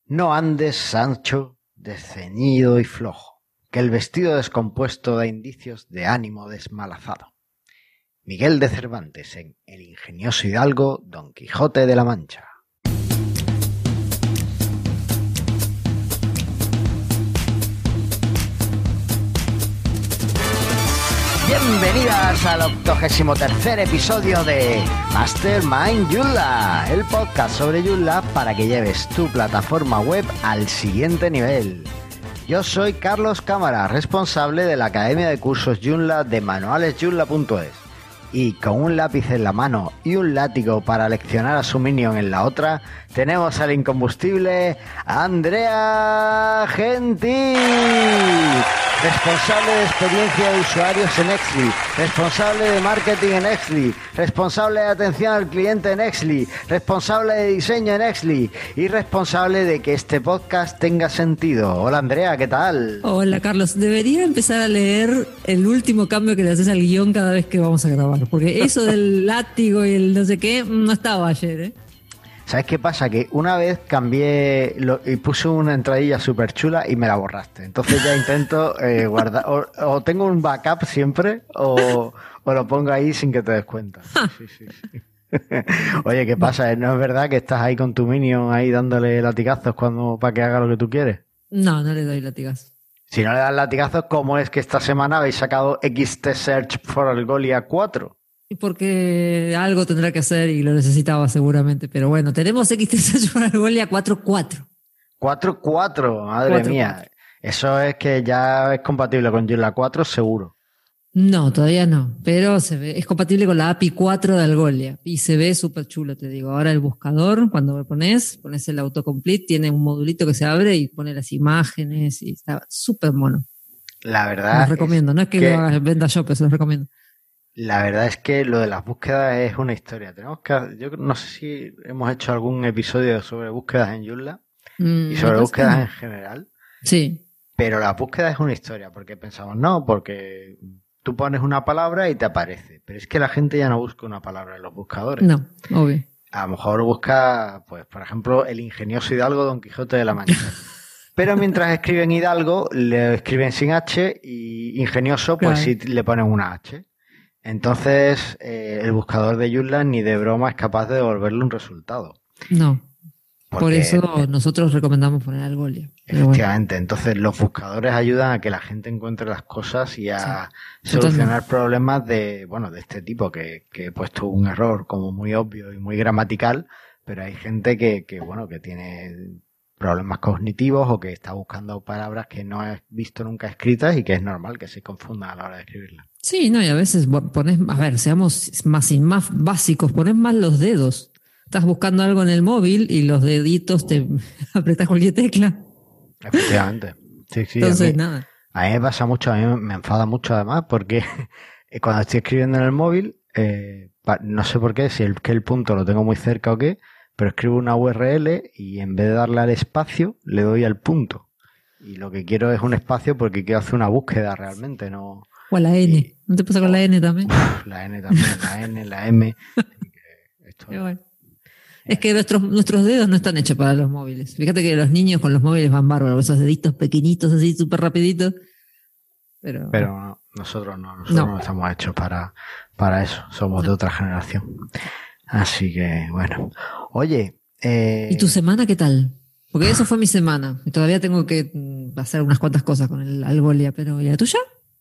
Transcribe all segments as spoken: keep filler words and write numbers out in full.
No andes, Sancho, desceñido y flojo, que el vestido descompuesto da indicios de ánimo desmalazado. Miguel de Cervantes en El ingenioso hidalgo Don Quijote de la Mancha. Bienvenidas al octogésimo tercer episodio de Mastermind Joomla, el podcast sobre Joomla para que lleves tu plataforma web al siguiente nivel. Yo soy Carlos Cámara, responsable de la Academia de Cursos Joomla de manuales joomla punto es. Y con un lápiz en la mano y un látigo para leccionar a su minion en la otra, tenemos al incombustible Andrea Gentil, responsable de experiencia de usuarios en Exly, responsable de marketing en Exly, responsable de atención al cliente en Exly, responsable de diseño en Exly y responsable de que este podcast tenga sentido. Hola Andrea, ¿qué tal? Hola Carlos, debería empezar a leer el último cambio que le haces al guión cada vez que vamos a grabar, porque eso del látigo y el no sé qué no estaba ayer, ¿eh? ¿Sabes qué pasa? Que una vez cambié lo, y puse una entradilla súper chula y me la borraste. Entonces ya intento eh, guardar, o, o tengo un backup siempre, o, o lo pongo ahí sin que te des cuenta. Sí, sí, sí. Oye, ¿qué pasa? ¿No es verdad que estás ahí con tu minion ahí dándole latigazos cuando para que haga lo que tú quieres? No, no le doy latigazos. Si no le das latigazos, ¿cómo es que esta semana habéis sacado X T Search for Algolia cuatro? Porque algo tendrá que hacer y lo necesitaba seguramente. Pero bueno, tenemos X T Search for Algolia cuatro punto cuatro. cuatro punto cuatro, madre cuatro, mía. cuatro. Eso es que ya es compatible con Joomla cuatro, seguro. No, todavía no. Pero se ve, es compatible con la A P I cuatro de Algolia. Y se ve súper chulo, te digo. Ahora el buscador, cuando lo pones, pones el autocomplete, tiene un modulito que se abre y pone las imágenes y está súper mono. La verdad. Los recomiendo. Es no es que, que lo hagas venda shop, se los recomiendo. La verdad es que lo de las búsquedas es una historia. Tenemos que, yo no sé si hemos hecho algún episodio sobre búsquedas en Joomla mm, y sobre búsquedas en general. Sí. Pero la búsqueda es una historia, porque pensamos, no, porque tú pones una palabra y te aparece. Pero es que la gente ya no busca una palabra en los buscadores. No, obvio. A lo mejor busca, pues, por ejemplo, el ingenioso hidalgo Don Quijote de la Mancha. Pero mientras escriben hidalgo, le escriben sin H y ingenioso, pues claro, sí le ponen una H. Entonces, eh, el buscador de Joomla ni de broma es capaz de devolverle un resultado. No. Porque, por eso nosotros recomendamos poner Algolia. Efectivamente. Bueno. Entonces, los buscadores ayudan a que la gente encuentre las cosas y a sí, solucionar totalmente. Problemas de, bueno, de este tipo, que, que he puesto un error como muy obvio y muy gramatical, pero hay gente que, que bueno, que tiene problemas cognitivos o que está buscando palabras que no has visto nunca escritas y que es normal que se confundan a la hora de escribirlas. Sí, no, y a veces pones, a ver, seamos más, más básicos, pones más los dedos. Estás buscando algo en el móvil y los deditos te apretas cualquier tecla. Efectivamente. Sí, sí. Entonces, a mí, nada. A mí me pasa mucho, a mí me enfada mucho además, porque cuando estoy escribiendo en el móvil, eh, no sé por qué, si el, que el punto lo tengo muy cerca o qué, pero escribo una U R L y en vez de darle al espacio, le doy al punto. Y lo que quiero es un espacio porque quiero hacer una búsqueda realmente, no... O a la N. Y, ¿no te pasa con oh, la N también? La N también, la N, la M. Esto, bueno. Es que nuestros, nuestros dedos no están hechos para los móviles. Fíjate que los niños con los móviles van bárbaros, esos deditos pequeñitos así, súper rapiditos. Pero, pero no, nosotros no, nosotros no. no estamos hechos para, para eso. Somos no. de otra generación. Así que, bueno. Oye. Eh... ¿Y tu semana qué tal? Porque eso fue mi semana. Y todavía tengo que hacer unas cuantas cosas con el Algolia, pero ¿y la tuya?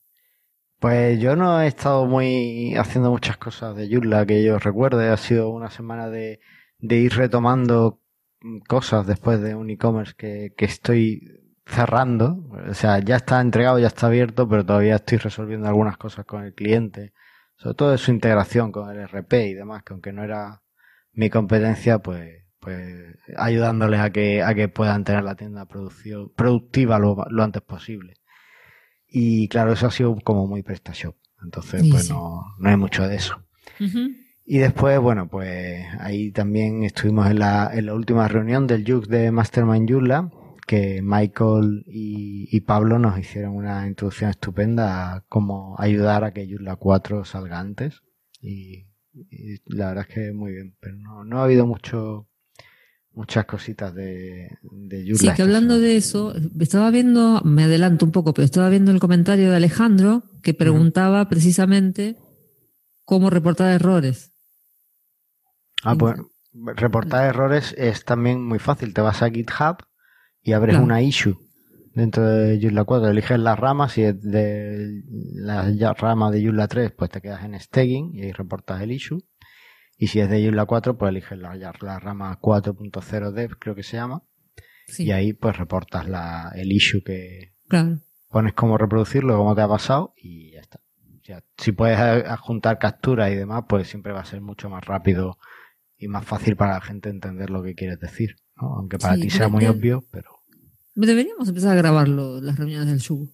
Pues yo no he estado muy haciendo muchas cosas de Joomla que yo recuerde. Ha sido una semana de, de ir retomando cosas después de un e-commerce que, que estoy cerrando. O sea, ya está entregado, ya está abierto, pero todavía estoy resolviendo algunas cosas con el cliente. Sobre todo de su integración con el R P y demás, que aunque no era mi competencia, pues, pues ayudándoles a que, a que puedan tener la tienda producción, productiva lo, lo antes posible. Y claro, eso ha sido como muy PrestaShop. Entonces, sí, pues sí. no, no hay mucho de eso. Uh-huh. Y después, bueno, pues ahí también estuvimos en la, en la última reunión del J U X de Mastermind Joomla, que Michael y, y Pablo nos hicieron una introducción estupenda a cómo ayudar a que Joomla cuatro salga antes. Y, y la verdad es que muy bien. Pero no, no ha habido mucho, muchas cositas de, de Joomla. Sí, que hablando de eso, estaba viendo, me adelanto un poco, pero estaba viendo el comentario de Alejandro que preguntaba uh-huh. precisamente cómo reportar errores. Ah, pues reportar errores es también muy fácil. Te vas a GitHub y abres claro. una issue dentro de Joomla cuatro. Eliges las ramas. Si es de la rama de Joomla tres, pues te quedas en staging y ahí reportas el issue. Y si es de Joomla cuatro, pues eliges la, la rama cuatro punto cero dev, creo que se llama. Sí. Y ahí pues reportas la, el issue que claro. pones cómo reproducirlo, cómo te ha pasado y ya está. O sea, si puedes adjuntar capturas y demás, pues siempre va a ser mucho más rápido y más fácil para la gente entender lo que quieres decir, ¿no? Aunque para sí, ti sea muy de, obvio, pero... Deberíamos empezar a grabarlo, las reuniones del Yugo.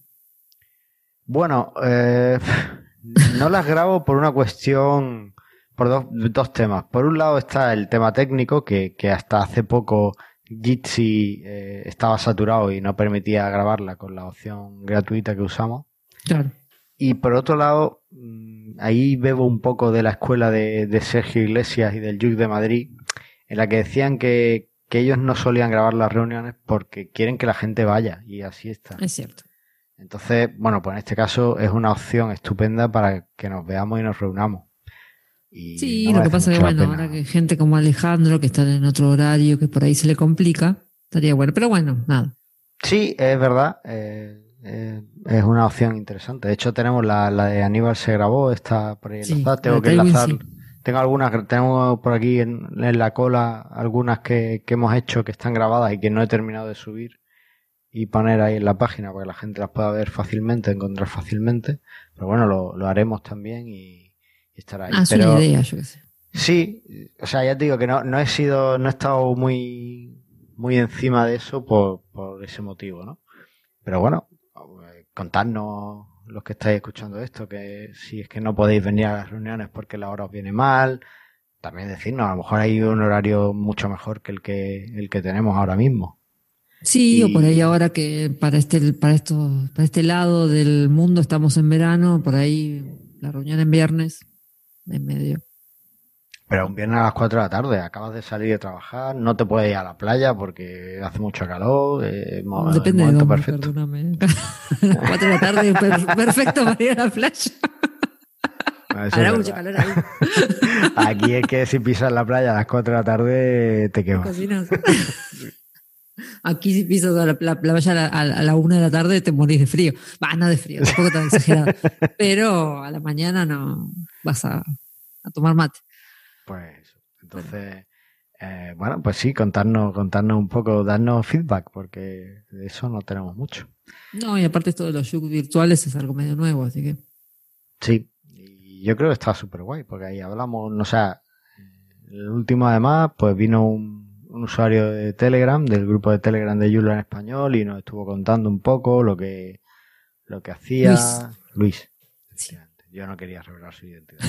Bueno, eh, no las grabo por una cuestión... Por dos, dos temas. Por un lado está el tema técnico, que, que hasta hace poco Jitsi eh, estaba saturado y no permitía grabarla con la opción gratuita que usamos. Claro. Y por otro lado, ahí bebo un poco de la escuela de, de Sergio Iglesias y del J U C de Madrid, en la que decían que, que ellos no solían grabar las reuniones porque quieren que la gente vaya, y así está. Es cierto. Entonces, bueno, pues en este caso es una opción estupenda para que nos veamos y nos reunamos. Y sí, no lo que pasa es que, bueno, ahora que gente como Alejandro, que está en otro horario, que por ahí se le complica, estaría bueno. Pero bueno, nada. Sí, es verdad. Eh, eh, es una opción interesante. De hecho, tenemos la, la de Aníbal se grabó, está por ahí sí, enlazada. Tengo que enlazar. Sí. Tengo algunas, tengo por aquí en, en la cola algunas que, que hemos hecho que están grabadas y que no he terminado de subir y poner ahí en la página para que la gente las pueda ver fácilmente, encontrar fácilmente. Pero bueno, lo, lo haremos también y estar ahí. Ah, es pero una idea, yo qué sé. Sí, o sea, ya te digo que no, no he sido, no he estado muy, muy encima de eso por, por ese motivo, ¿no? Pero bueno, contadnos los que estáis escuchando esto, que si es que no podéis venir a las reuniones porque la hora os viene mal, también decirnos, a lo mejor hay un horario mucho mejor que el que, el que tenemos ahora mismo. Sí, y... o por ahí ahora que para este, para esto, para este lado del mundo estamos en verano, por ahí la reunión en viernes. En medio. Pero un viernes a las cuatro de la tarde, acabas de salir de trabajar, no te puedes ir a la playa porque hace mucho calor. Eh, Depende de dónde, perfecto. Perdóname. A las cuatro de la tarde, per- perfecto para ir a la playa. No, hará mucho calor ahí. Aquí es que si pisas la playa a las cuatro de la tarde te quemas. Cocinas. Aquí si pisas la, la, la playa a la, a la una de la tarde te morís de frío. Va, no de frío, tampoco tan exagerado. Pero a la mañana no vas a, a tomar mate. Pues entonces, eh, bueno, pues sí, contarnos, contarnos un poco, darnos feedback, porque de eso no tenemos mucho. No, y aparte esto de los Yuc virtuales es algo medio nuevo, así que... Sí, y yo creo que está súper guay, porque ahí hablamos, no sé, el último además, pues vino un un usuario de Telegram, del grupo de Telegram de Joomla en español, y nos estuvo contando un poco lo que lo que hacía Luis. Luis. Sí. Yo no quería revelar su identidad.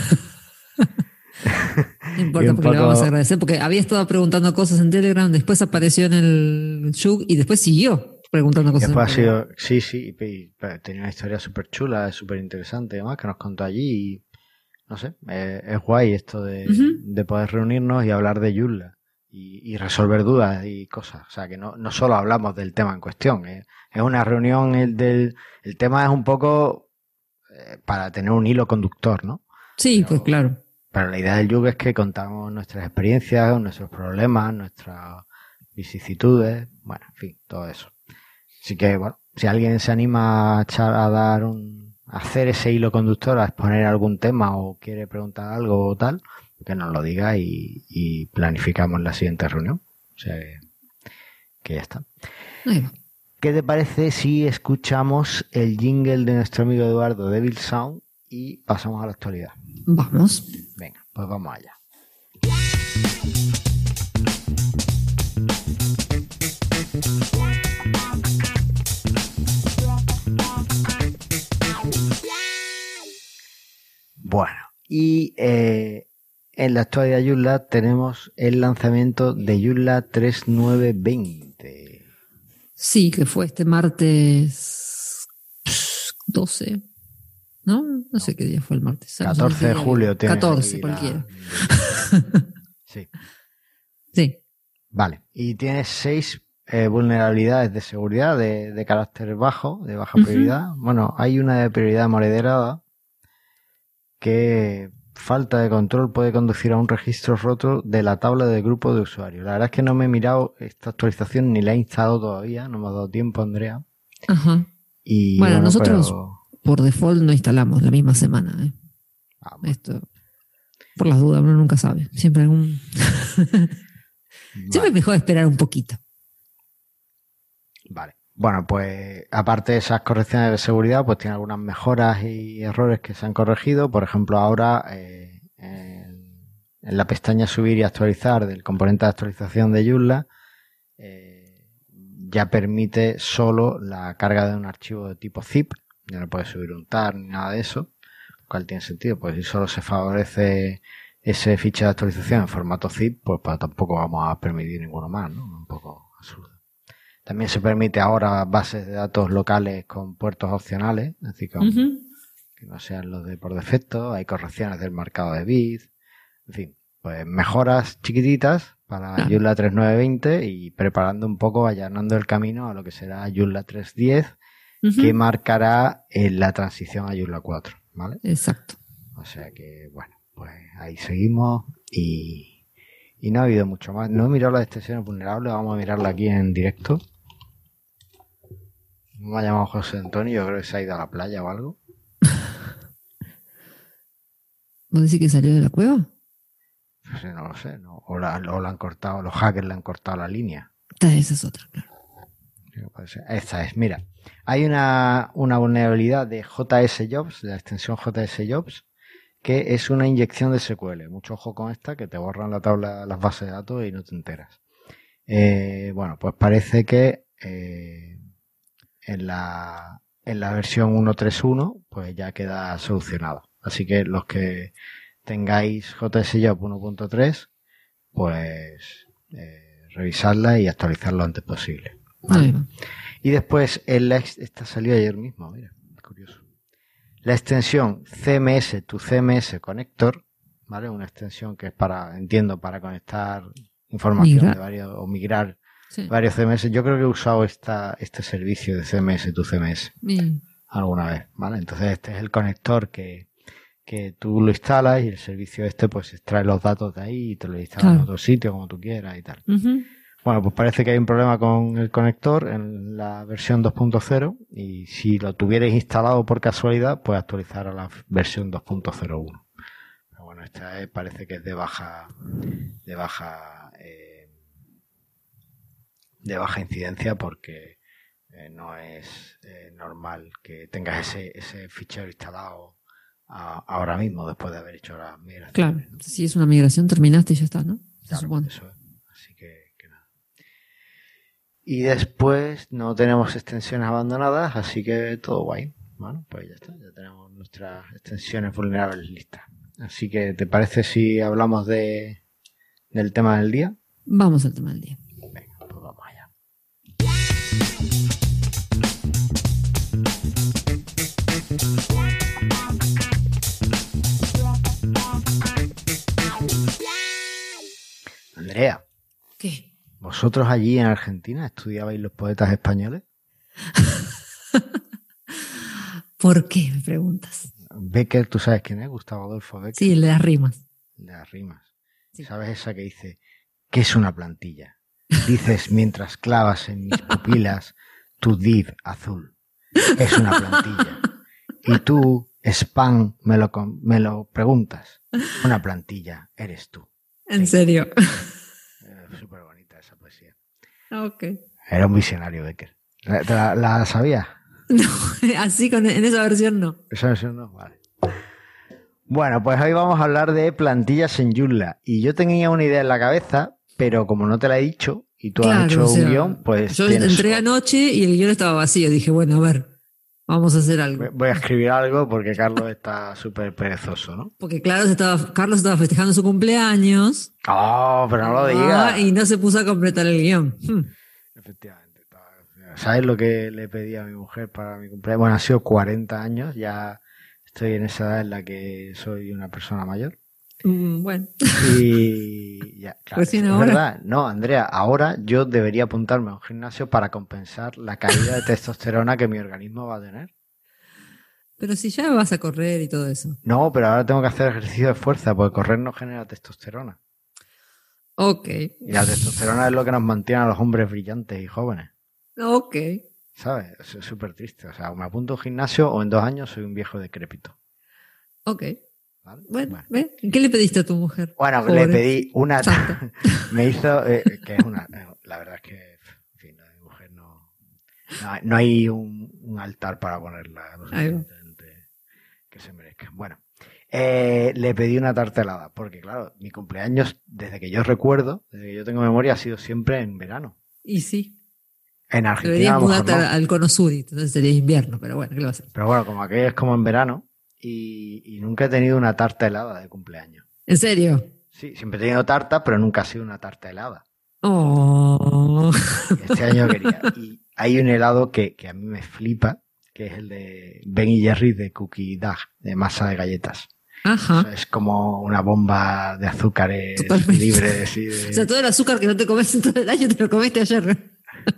No importa, porque poco... le vamos a agradecer, porque había estado preguntando cosas en Telegram, después apareció en el Yuc y después siguió preguntando cosas. Después en ha sido, sí, sí, y, y, tenía una historia súper chula, súper interesante, además, que nos contó allí, y no sé, eh, es guay esto de, uh-huh. de poder reunirnos y hablar de Joomla. Y, y resolver dudas y cosas. O sea, que no, no solo hablamos del tema en cuestión. ¿eh? Es una reunión, el, del, el tema es un poco eh, para tener un hilo conductor, ¿no? Sí, pero, pues claro. Pero la idea del Yuc es que contamos nuestras experiencias, nuestros problemas, nuestras vicisitudes, bueno, en fin, todo eso. Así que, bueno, si alguien se anima a, echar, a dar un, a hacer ese hilo conductor, a exponer algún tema o quiere preguntar algo o tal, que nos lo diga y, y planificamos la siguiente reunión. O sea, que, que ya está. Ahí va. ¿Qué te parece si escuchamos el jingle de nuestro amigo Eduardo Devil Sound y pasamos a la actualidad? Vamos. Venga, pues vamos allá. Bueno, y eh, en la actualidad Joomla tenemos el lanzamiento de Joomla tres punto nueve punto veinte. Sí, que fue este martes doce, ¿no? No sé qué día fue el martes. catorce de julio. catorce, cualquiera. La... Sí. Sí. Vale. Y tiene seis eh, vulnerabilidades de seguridad de, de carácter bajo, de baja Ujú. prioridad. Bueno, hay una de prioridad moderada que falta de control puede conducir a un registro roto de la tabla de grupo de usuarios. La verdad es que no me he mirado esta actualización ni la he instalado todavía, no me ha dado tiempo, Andrea. Ajá. Y Bueno, bueno, nosotros pero... por default no instalamos la misma semana. ¿eh? Ah, bueno, Esto, por las dudas, uno nunca sabe. Siempre algún. Siempre vale, es mejor esperar un poquito. vale. Bueno, pues aparte de esas correcciones de seguridad, pues tiene algunas mejoras y errores que se han corregido. Por ejemplo, ahora eh, en, en la pestaña subir y actualizar del componente de actualización de Joomla, eh, ya permite solo la carga de un archivo de tipo zip. Ya no puedes subir un tar ni nada de eso, lo cual tiene sentido, pues si solo se favorece ese fichero de actualización en formato zip, pues, pues tampoco vamos a permitir ninguno más, ¿no? Un poco absurdo. También se permite ahora bases de datos locales con puertos opcionales, es decir, con, Ujú. que no sean los de por defecto. Hay correcciones del marcado de bits, en fin, pues mejoras chiquititas para Claro. Joomla tres nueve veinte y preparando un poco, allanando el camino a lo que será Joomla tres diez, Ujú. que marcará en la transición a Joomla cuatro, ¿vale? Exacto. O sea que, bueno, pues ahí seguimos y, y no ha habido mucho más. No he mirado las extensiones vulnerables, vamos a mirarla aquí en directo. Me ha llamado José Antonio, yo creo que se ha ido a la playa o algo. ¿Vos decís que salió de la cueva? No sé, no lo sé, ¿no? O, la, o la han cortado, los hackers le han cortado la línea. Esta- Esa es otra, claro. Puede ser. Esta es, mira, hay una, una vulnerabilidad de J S Jobs, de la extensión J S Jobs, que es una inyección de S Q L. Mucho ojo con esta, que te borran la tabla, las bases de datos y no te enteras. Eh, bueno, pues parece que eh, en la, en la versión uno punto tres punto uno pues ya queda solucionada. Así que los que tengáis J S Job uno punto tres, pues eh, revisarla y actualizarlo lo antes posible. ¿Vale? Ahí va. Y después, en la, esta salió ayer mismo, mira, es curioso. La extensión C M S to C M S Connector, ¿vale? Una extensión que es para, entiendo, para conectar información Migrar. de varios, o migrar Sí. varios C M S. Yo creo que he usado esta, este servicio de C M S to C M S Bien. alguna vez, ¿vale? Entonces este es el conector que, que tú lo instalas y el servicio este pues extrae los datos de ahí y te lo instala Claro. en otro sitio como tú quieras y tal. Ujú. Bueno, pues parece que hay un problema con el conector en la versión dos punto cero y si lo tuvierais instalado por casualidad, pues actualizar a la versión dos punto cero uno. Pero bueno, esta es, parece que es de baja, de baja, eh, de baja incidencia porque eh, no es eh, normal que tengas ese, ese fichero instalado a, ahora mismo después de haber hecho la migración. Claro. Si es una migración, terminaste y ya está, ¿no? Se Claro, supone. eso es. Así que, que nada. Y después no tenemos extensiones abandonadas, así que todo guay. Bueno, pues ya está, ya tenemos nuestras extensiones vulnerables listas. Así que, ¿te parece si hablamos de del tema del día? Vamos al tema del día. Venga, pues vamos allá. Andrea, ¿Qué? ¿vosotros allí en Argentina estudiabais los poetas españoles? ¿Por qué? Me preguntas. Becker, ¿tú sabes quién es? Gustavo Adolfo Becker. Sí, el de las rimas. De las rimas. Sí. ¿Sabes esa que dice, ¿qué es una plantilla? Dices mientras clavas en mis pupilas tu div azul. Es una plantilla. Y tú, spam, me lo, con- me lo preguntas. Una plantilla, eres tú. En serio. Eh, Súper bonita esa poesía. Ok. Era un visionario, Becker. ¿La, te la, la sabías? No, así con, en esa versión no. Esa versión no, vale. Bueno, pues hoy vamos a hablar de plantillas en Joomla. Y yo tenía una idea en la cabeza, pero como no te la he dicho y tú has Claro, hecho o sea, un guión, pues yo tienes- entré anoche y el guión estaba vacío. Dije, bueno, a ver, vamos a hacer algo. voy a escribir algo porque Carlos está súper perezoso, ¿no? Porque claro, se estaba, Carlos estaba festejando su cumpleaños. Oh, pero no lo Ah, digas. y no se puso a completar el guión. Hmm. Efectivamente. estaba- ¿Sabes lo que le pedí a mi mujer para mi cumpleaños? Bueno, han sido cuarenta años, ya estoy en esa edad en la que soy una persona mayor. Mm, bueno. Y ya, claro, Recién es ahora. verdad. No, Andrea, ahora yo debería apuntarme a un gimnasio para compensar la caída de testosterona que mi organismo va a tener. Pero si ya vas a correr y todo eso. No, pero ahora tengo que hacer ejercicio de fuerza porque correr no genera testosterona. Ok. Y la testosterona es lo que nos mantiene a los hombres brillantes y jóvenes. Ok. ¿Sabes? Eso es súper triste. O sea, o me apunto a un gimnasio o en dos años soy un viejo decrépito. Ok. ¿Vale? Bueno, Bueno. ¿ves? ¿Qué le pediste a tu mujer? Bueno, Pobre. le pedí una... Santa. Me hizo... eh, que es una... eh, la verdad es que, en fin, la de mi mujer no... No, hay- no hay un, un altar para ponerla lo Ahí va. suficientemente que se merezca. Bueno, eh, le pedí una tarta helada, porque claro, mi cumpleaños, desde que yo recuerdo, desde que yo tengo memoria, ha sido siempre en verano. Y sí. En Argentina a Deberías lo mejor mudarte no. al Cono Sur, y entonces sería invierno, pero bueno, ¿qué lo vas a hacer? Pero bueno, como aquí es como en verano, y, y nunca he tenido una tarta helada de cumpleaños. ¿En serio? Sí, siempre he tenido tarta, pero nunca ha sido una tarta helada. Oh. Este año quería. Y hay un helado que, que a mí me flipa, que es el de Ben y Jerry de Cookie Dough, de masa de galletas. Ajá. O sea, es como una bomba de azúcares Totalmente. libres. Y, de... O sea, todo el azúcar que no te comes en todo el año te lo comiste ayer.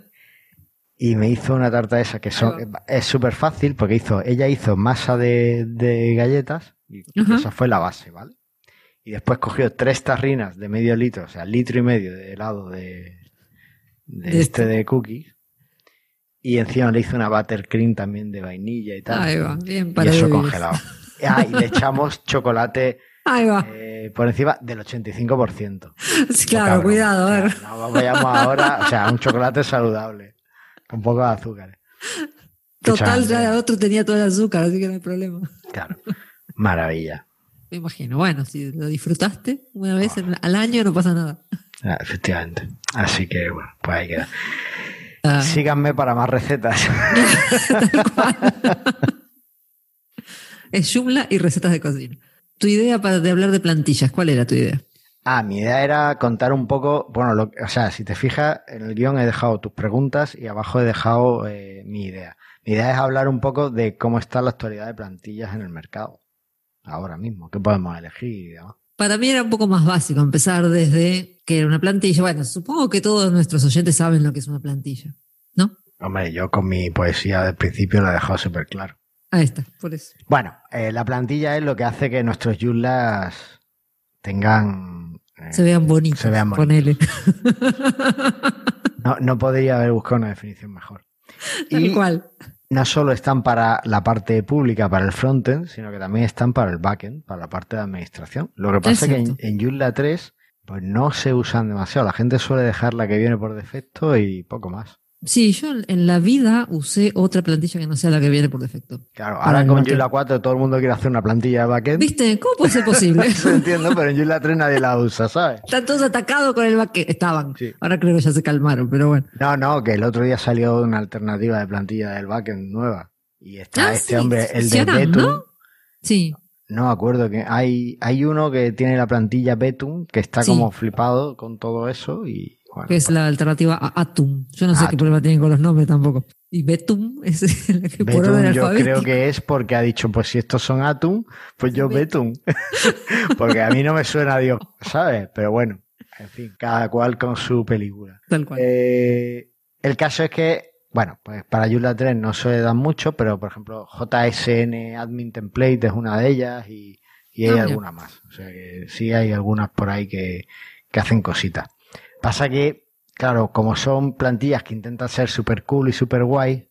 y me hizo una tarta esa que son, es súper fácil porque hizo, ella hizo masa de, de galletas y Ajá. esa fue la base, ¿vale? Y después cogió tres tarrinas de medio litro, o sea, litro y medio de helado de, de, De este este. de cookies. Y encima le hizo una buttercream también de vainilla y tal. Ahí va, bien y para eso débiles. congelado. Ah, y le echamos chocolate Ahí va. eh, por encima del ochenta y cinco por ciento. Sí, claro, Poca broma. cuidado, a O ver. sea, no vayamos ahora, o sea, un chocolate saludable, con poco de azúcar. Total, Escucha, ya Andrea, el otro tenía todo el azúcar, así que no hay problema. claro, maravilla. Me imagino. Bueno, si lo disfrutaste una vez en- al año, no pasa nada. Ah, efectivamente. Así que, bueno, pues ahí queda. Ah. Síganme para más recetas. Tal cual. Es Joomla y recetas de cocina. Tu idea para de hablar de plantillas, ¿cuál era tu idea? Ah, mi idea era contar un poco, bueno, lo, o sea, si te fijas, en el guión he dejado tus preguntas y abajo he dejado eh, mi idea. Mi idea es hablar un poco de cómo está la actualidad de plantillas en el mercado. Ahora mismo, qué podemos elegir y demás. Para mí era un poco más básico empezar desde que era una plantilla. Bueno, supongo que todos nuestros oyentes saben lo que es una plantilla, ¿no? Hombre, yo con mi poesía del principio lo he dejado súper claro. Ahí está, por eso. Bueno, eh, la plantilla es lo que hace que nuestros Joomlas tengan... eh, Se vean bonitos. se vean bonitos. Ponele. No, no podría haber buscado una definición mejor. Tal Y cual. no solo están para la parte pública, para el frontend, sino que también están para el backend, para la parte de administración. Lo que pasa es que en, cierto. en Joomla tres pues no se usan demasiado. La gente suele dejar la que viene por defecto y poco más. Sí, yo en la vida usé otra plantilla que no sea la que viene por defecto. Claro, Para ahora el con backend. Joomla cuatro todo el mundo quiere hacer una plantilla de backend. ¿Viste? ¿Cómo puede ser posible? Eso entiendo, pero en Joomla tres nadie la usa, ¿sabes? Están todos atacados con el backend. Estaban. Sí. Ahora creo que ya se calmaron, pero bueno. No, no, que el otro día salió una alternativa de plantilla del backend nueva. Y está Ah, este sí, hombre, el de funcionan, Betun. ¿no? Sí. No me acuerdo que hay, hay uno que tiene la plantilla Betun que está Sí. como flipado con todo eso y bueno, Que es pues, la alternativa a Atum. Yo no sé qué Atum. problema tienen con los nombres tampoco. Y Betum es la que por orden Betun yo alfabético. creo que es porque ha dicho, pues si estos son Atum, pues yo Betun. Betun. Porque a mí no me suena a Dios, ¿sabes? Pero bueno, en fin, cada cual con su película. Tal cual. Eh, el caso es que, bueno, pues para Joomla tres no se dan mucho, pero por ejemplo J S N Admin Template es una de ellas y, y hay Ah, mira. alguna más. O sea que sí hay algunas por ahí que, que hacen cositas. Pasa que, claro, como son plantillas que intentan ser super cool y super guay,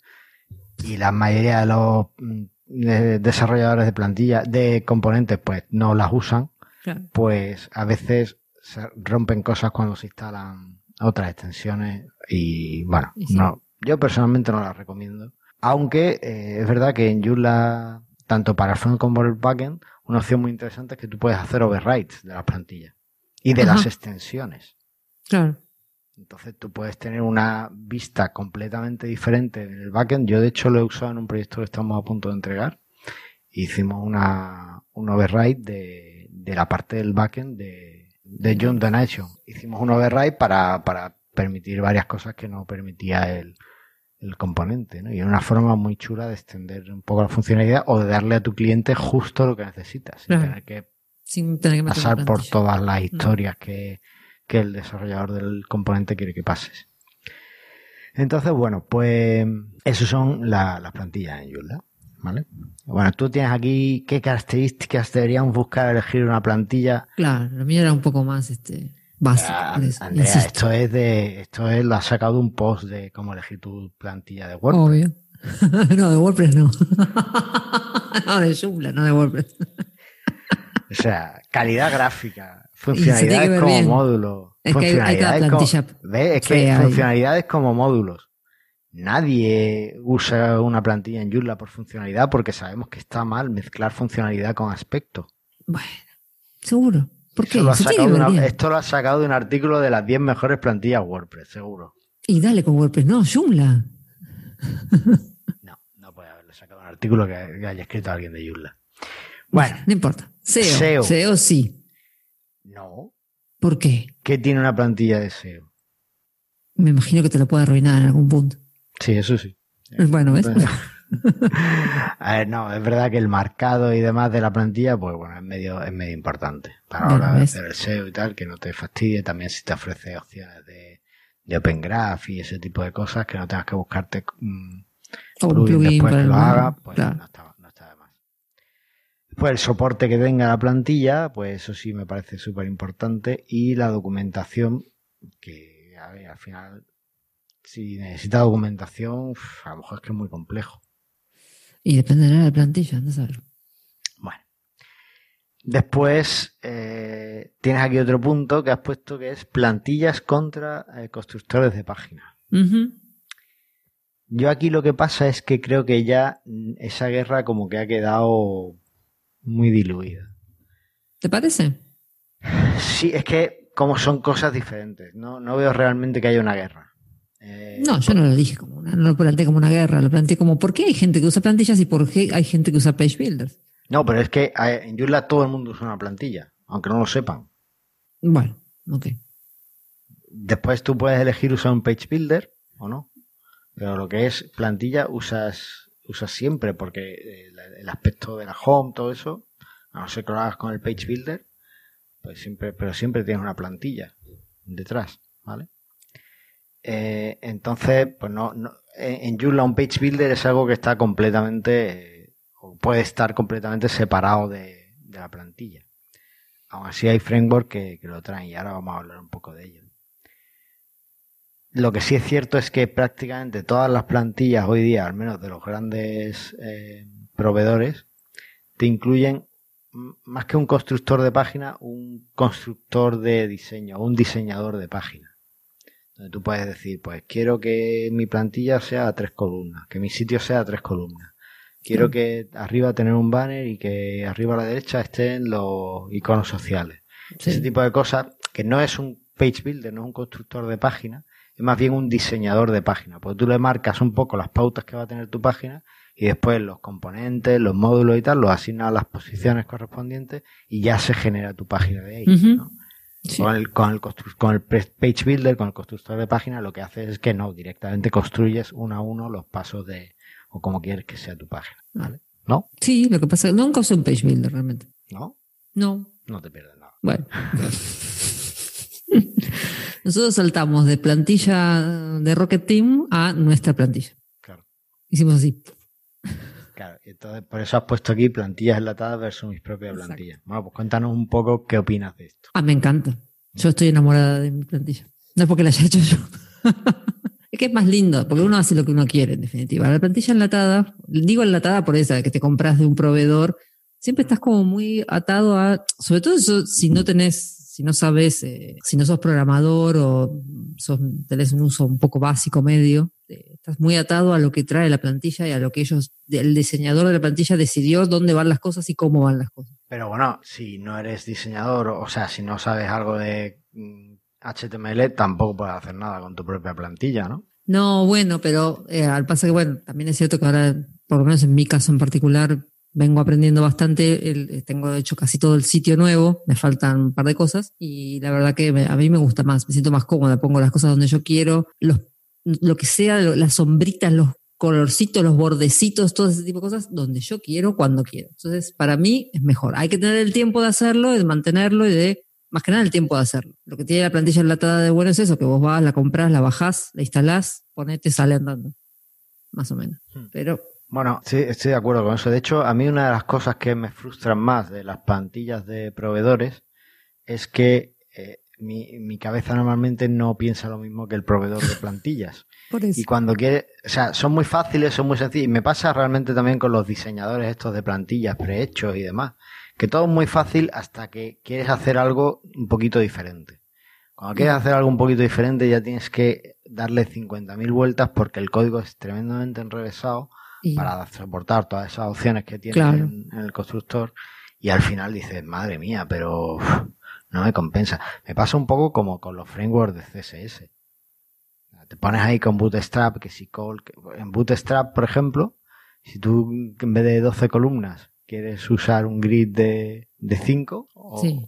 y la mayoría de los mm, de- desarrolladores de plantillas, de componentes, pues no las usan, Claro. pues a veces se rompen cosas cuando se instalan otras extensiones y bueno, Y sí. no, yo personalmente no las recomiendo. Aunque eh, es verdad que en Joomla, tanto para el front como para el backend, una opción muy interesante es que tú puedes hacer overrides de las plantillas y de Ajá. las extensiones. Claro. Entonces tú puedes tener una vista completamente diferente en el backend. Yo de hecho lo he usado en un proyecto que estamos a punto de entregar. Hicimos una, un override de, de la parte del backend de, de John Donation. Hicimos un override para, para permitir varias cosas que no permitía el, el componente, ¿no? Y es una forma muy chula de extender un poco la funcionalidad o de darle a tu cliente justo lo que necesitas, sin Claro. tener que sin tener que meter pasar por todas las historias mm. que, que el desarrollador del componente quiere que pases. Entonces, bueno, pues eso son la, las plantillas en Joomla, ¿vale? Bueno, tú tienes aquí qué características deberíamos buscar al elegir una plantilla. Claro, lo mío era un poco más este básico. Ah, por eso, Andrea, insisto. esto es de, esto es, lo has sacado de un post de cómo elegir tu plantilla de WordPress. Obvio. No, de WordPress no. No, de Joomla, no de WordPress. O sea, calidad gráfica, funcionalidades como bien. módulos. Es que hay, hay cada plantilla. Como, ¿ves? Es que funcionalidades hay. Como módulos. Nadie usa una plantilla en Joomla por funcionalidad porque sabemos que está mal mezclar funcionalidad con aspecto. Bueno, seguro. ¿Por qué? Lo una, esto lo has sacado de un artículo de las diez mejores plantillas WordPress, seguro. Y dale con WordPress, no, Joomla. No, no puede haberlo sacado un artículo que, que haya escrito alguien de Joomla. Bueno, no importa. S E O. S E O. S E O sí. No. ¿Por qué? ¿Qué tiene una plantilla de S E O? Me imagino que te lo puede arruinar en algún punto. Sí, eso sí. Bueno, ¿ves? A ver, no, es verdad que el marcado y demás de la plantilla, pues bueno, es medio, es medio importante. Para la hora de hacer el S E O y tal, que no te fastidie. También si te ofrece opciones de, de Open Graph y ese tipo de cosas, que no tengas que buscarte um, un plugin después que lo hagas, pues claro. no está, no está de más. Pues el soporte que tenga la plantilla, pues eso sí me parece súper importante. Y la documentación, que a ver, al final, si necesita documentación, uf, a lo mejor es que es muy complejo. Y dependerá de la plantilla, no sabes. Bueno. Después, eh, tienes aquí otro punto que has puesto que es plantillas contra eh, constructores de página. Uh-huh. Yo aquí lo que pasa es que creo que ya esa guerra como que ha quedado muy diluida. ¿Te parece? Sí, es que como son cosas diferentes, no, no veo realmente que haya una guerra. Eh, no, yo no lo dije como una, no lo planteé como una guerra, lo planteé como ¿por qué hay gente que usa plantillas y por qué hay gente que usa page builders? No, pero es que en Joomla todo el mundo usa una plantilla, aunque no lo sepan. Bueno, ok. Después tú puedes elegir usar un page builder o no, pero lo que es plantilla usas, usas siempre porque el, el aspecto de la home, todo eso, a no ser que lo hagas con el page builder, pues siempre, pero siempre tienes una plantilla detrás, ¿vale? Eh, entonces, pues no, no en Joomla un page builder es algo que está completamente, eh, o puede estar completamente separado de, de la plantilla. Aún así hay frameworks que, que lo traen y ahora vamos a hablar un poco de ello. Lo que sí es cierto es que prácticamente todas las plantillas hoy día, al menos de los grandes eh, proveedores, te incluyen más que un constructor de página, un constructor de diseño, un diseñador de página. Donde tú puedes decir, pues quiero que mi plantilla sea a tres columnas, que mi sitio sea a tres columnas. Quiero sí. que arriba tener un banner y que arriba a la derecha estén los iconos sociales. Sí. Ese tipo de cosas, que no es un page builder, no es un constructor de página, es más bien un diseñador de página. Porque tú le marcas un poco las pautas que va a tener tu página y después los componentes, los módulos y tal, los asignas a las posiciones correspondientes y ya se genera tu página de ahí, uh-huh. ¿no? Sí. Con, el, con, el constru- con el page builder, con el constructor de página, lo que haces es que no, directamente construyes uno a uno los pasos de, o como quieres que sea tu página, ¿vale? ¿No? Sí, lo que pasa es que nunca usé un page builder realmente. ¿No? No. No te pierdes nada. Bueno. Nosotros saltamos de plantilla de Rocket Team a nuestra plantilla. Claro. Hicimos así. Claro, y entonces por eso has puesto aquí plantillas enlatadas versus mis propias Exacto. plantillas. Bueno, pues cuéntanos un poco qué opinas de esto. Ah, me encanta. Yo estoy enamorada de mi plantilla. No es porque la haya hecho yo. Es que es más lindo, porque uno hace lo que uno quiere, en definitiva. La plantilla enlatada, digo enlatada por esa, que te compras de un proveedor, siempre estás como muy atado a, sobre todo eso, si no tenés, si no sabes, eh, si no sos programador o sos, tenés un uso un poco básico, medio, eh, estás muy atado a lo que trae la plantilla y a lo que ellos, el diseñador de la plantilla decidió dónde van las cosas y cómo van las cosas. Pero bueno, si no eres diseñador, o sea, si no sabes algo de mm, H T M L, tampoco puedes hacer nada con tu propia plantilla, ¿no? No, bueno, pero eh, al pasa que, bueno, también es cierto que ahora, por lo menos en mi caso en particular, vengo aprendiendo bastante, el, tengo hecho casi todo el sitio nuevo, me faltan un par de cosas y la verdad que me, a mí me gusta más, me siento más cómoda, pongo las cosas donde yo quiero, los, lo que sea, las sombritas, los colorcitos, los bordecitos, todo ese tipo de cosas, donde yo quiero, cuando quiero. Entonces, para mí es mejor. Hay que tener el tiempo de hacerlo, de mantenerlo y de, más que nada, el tiempo de hacerlo. Lo que tiene la plantilla enlatada de bueno es eso, que vos vas, la comprás, la bajás, la instalás, ponete, sale andando. Más o menos. Pero... Bueno, sí, estoy de acuerdo con eso. De hecho, a mí una de las cosas que me frustran más de las plantillas de proveedores es que eh, mi, mi cabeza normalmente no piensa lo mismo que el proveedor de plantillas. Por eso. Y cuando quiere, o sea, son muy fáciles, son muy sencillos. Y me pasa realmente también con los diseñadores estos de plantillas prehechos y demás. Que todo es muy fácil hasta que quieres hacer algo un poquito diferente. Cuando quieres hacer algo un poquito diferente ya tienes que darle cincuenta mil vueltas porque el código es tremendamente enrevesado y... para soportar todas esas opciones que tiene claro. en, en el constructor. Y al final dices, madre mía, pero uf, no me compensa. Me pasa un poco como con los frameworks de C S S. Te pones ahí con Bootstrap, que si call, que en Bootstrap, por ejemplo, si tú en vez de doce columnas quieres usar un grid de, de cinco, sí.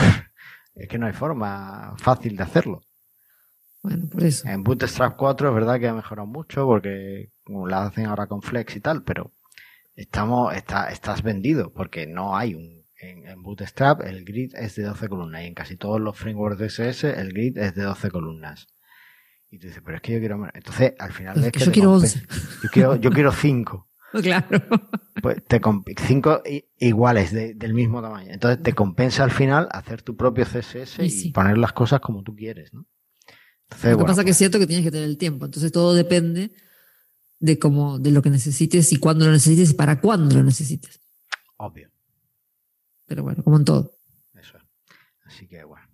es que no hay forma fácil de hacerlo. Bueno, por eso. En Bootstrap cuatro es verdad que ha mejorado mucho porque como la hacen ahora con Flex y tal, pero estamos está, estás vendido porque no hay un... En, en Bootstrap el grid es de doce columnas y en casi todos los frameworks de C S S el grid es de doce columnas. Y tú dices, pero es que yo quiero... Entonces, al final pues ves que, que yo quiero compensa. once. Yo quiero, yo quiero cinco. Claro. Pues te comp... cinco iguales de, del mismo tamaño. Entonces te compensa al final hacer tu propio C S S y, y sí. poner las cosas como tú quieres, ¿no? Entonces, lo que bueno, pasa pues... que es cierto que tienes que tener el tiempo. Entonces todo depende de cómo, de lo que necesites y cuándo lo necesites y para cuándo lo necesites. Obvio. Pero bueno, como en todo. Eso es. Así que bueno.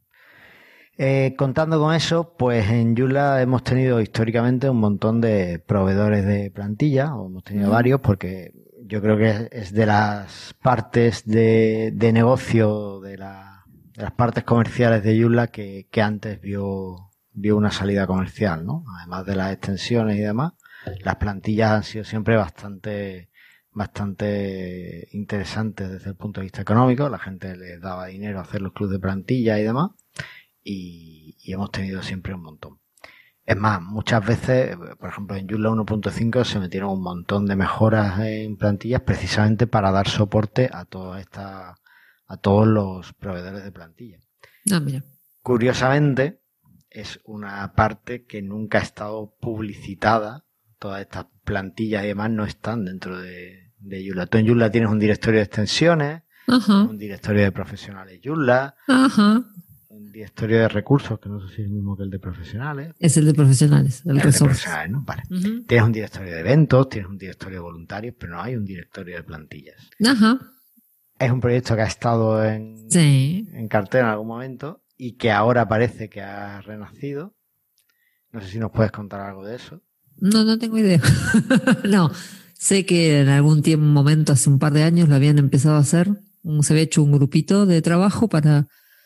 Eh, contando con eso, pues en Joomla hemos tenido históricamente un montón de proveedores de plantilla, o hemos tenido mm. varios, porque yo creo que es de las partes de, de negocio, de, la, de las partes comerciales de Joomla que, que antes vio, vio una salida comercial, ¿no? Además de las extensiones y demás, las plantillas han sido siempre bastante, bastante interesantes desde el punto de vista económico. La gente les daba dinero a hacer los clubes de plantilla y demás. Y, y hemos tenido siempre un montón. Es más, muchas veces, por ejemplo, en Joomla uno punto cinco se metieron un montón de mejoras en plantillas precisamente para dar soporte a toda esta, a todos los proveedores de plantilla. Ah, mira. Curiosamente, es una parte que nunca ha estado publicitada. Todas estas plantillas y demás no están dentro de, de Joomla. Tú en Joomla tienes un directorio de extensiones, Ajá. un directorio de profesionales Joomla. Ajá. Un directorio de recursos, que no sé si es el mismo que el de profesionales. Es el de profesionales, el, el resource. De profesionales, ¿no? Vale. Uh-huh. Tienes un directorio de eventos, tienes un directorio de voluntarios, pero no hay un directorio de plantillas. Ajá. Es un proyecto que ha estado en, sí. en cartera en algún momento y que ahora parece que ha renacido. No sé si nos puedes contar algo de eso. No, no tengo idea. No, sé que en algún tiempo, momento, hace un par de años, lo habían empezado a hacer. Se había hecho un grupito de trabajo para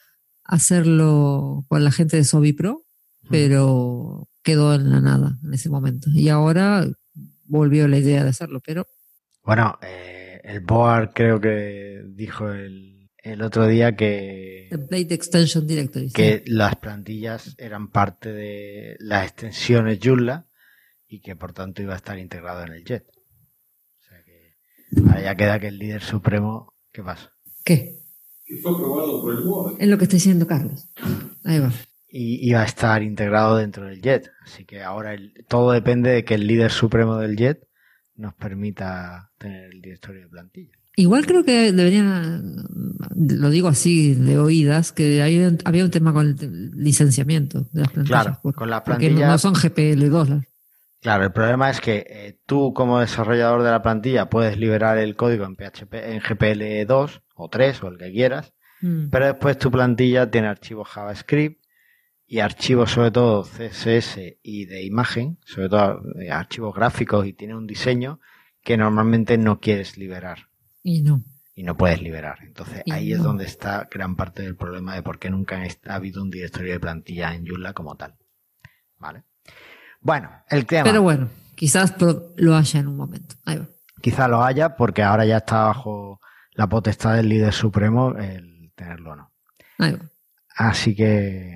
hacerlo con la gente de Sobi Pro, pero quedó en la nada en ese momento. Y ahora volvió la idea de hacerlo, pero... Bueno, eh, el board creo que dijo el, el otro día que... Template Extension Directory. Que sí. las plantillas eran parte de las extensiones Joomla y que por tanto iba a estar integrado en el Jet. O sea que ahora ya queda que el líder supremo... ¿Qué pasa? ¿Qué? Que fue aprobado por el board. Es lo que está diciendo Carlos. Ahí va. Y iba a estar integrado dentro del Jet. Así que ahora el, todo depende de que el líder supremo del Jet nos permita tener el directorio de plantilla. Igual creo que deberían, lo digo así de oídas, que hay, había un tema con el licenciamiento de las plantillas. Claro, por, con las plantillas. Porque no son G P L dos. Las... Claro, el problema es que eh, tú como desarrollador de la plantilla puedes liberar el código en P H P, en G P L dos o tres o el que quieras, mm. pero después tu plantilla tiene archivos JavaScript y archivos sobre todo C S S y de imagen, sobre todo eh, archivos gráficos y tiene un diseño que normalmente no quieres liberar. Y no. Y no puedes liberar. Entonces y ahí no. es donde está gran parte del problema de por qué nunca ha habido un directorio de plantilla en Joomla como tal. ¿Vale? Bueno, el tema. Pero bueno, quizás lo haya en un momento. Ahí va. Quizás lo haya porque ahora ya está bajo la potestad del líder supremo el tenerlo o no. Ahí va. Así que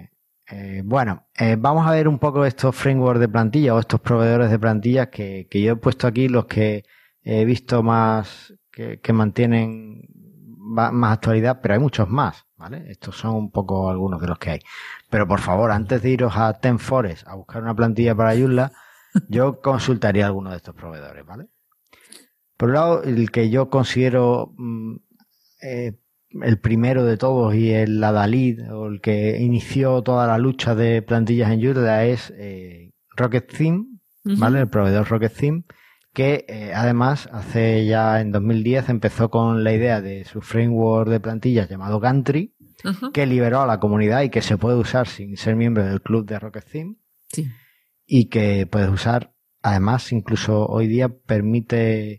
Eh, bueno, eh, vamos a ver un poco estos frameworks de plantilla o estos proveedores de plantillas que, que yo he puesto aquí, los que he visto más que, que mantienen más actualidad, pero hay muchos más, ¿vale? Estos son un poco algunos de los que hay. Pero por favor, antes de iros a TenForest a buscar una plantilla para Joomla, yo consultaría alguno de estos proveedores, ¿vale? Por un lado, el que yo considero mm, eh, el primero de todos y el adalid, o el que inició toda la lucha de plantillas en Joomla es eh, Rocket Theme, ¿vale? Uh-huh. El proveedor Rocket Theme, que eh, además hace ya en dos mil diez empezó con la idea de su framework de plantillas llamado Gantry, uh-huh. que liberó a la comunidad y que se puede usar sin ser miembro del club de Rocket Theme. Sí. Y que puedes usar, además, incluso hoy día permite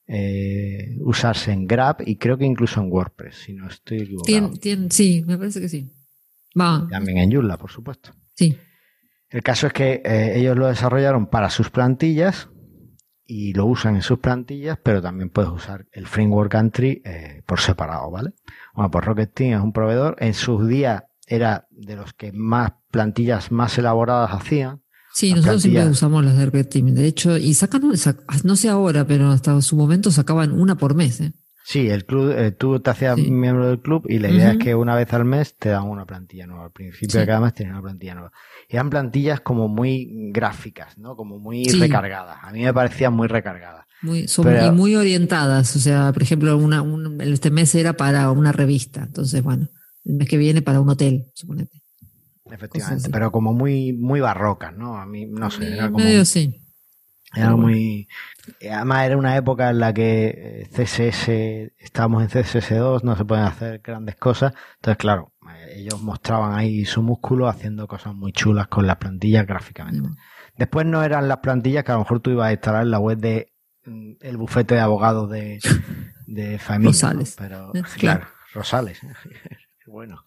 eh, usarse en Grab y creo que incluso en WordPress, si no estoy equivocado. Tien, tien, sí, me parece que sí. Va. También en Joomla, por supuesto. Sí. El caso es que eh, ellos lo desarrollaron para sus plantillas y lo usan en sus plantillas, pero también puedes usar el framework Gantry eh, por separado, ¿vale? Bueno, pues Rocket Theme es un proveedor. En sus días era de los que más plantillas más elaboradas hacían. Sí, las nosotros plantillas... siempre usamos las de Rocket Theme. De hecho, y sacan, no sé ahora, pero hasta su momento sacaban una por mes, ¿eh? Sí, el club, eh, tú te hacías sí. miembro del club y la idea uh-huh. es que una vez al mes te dan una plantilla nueva. Al principio sí. de cada mes tenías una plantilla nueva. Y eran plantillas como muy gráficas, ¿no? Como muy sí. recargadas. A mí me parecían muy recargadas. Muy, son Pero... y muy orientadas. O sea, por ejemplo, una, un, este mes era para una revista. Entonces, bueno, el mes que viene para un hotel, suponete. Efectivamente, pero como muy, muy barrocas, ¿no? A mí, no sé, era como... Medio sí. Era muy... Además era una época en la que C S S, estábamos en C S S dos, no se pueden hacer grandes cosas. Entonces, claro, ellos mostraban ahí su músculo haciendo cosas muy chulas con las plantillas gráficamente. Mm. Después no eran las plantillas que a lo mejor tú ibas a instalar en la web de el bufete de abogados de, de familia. Rosales. ¿No? Pero, claro, claro, Rosales. Bueno.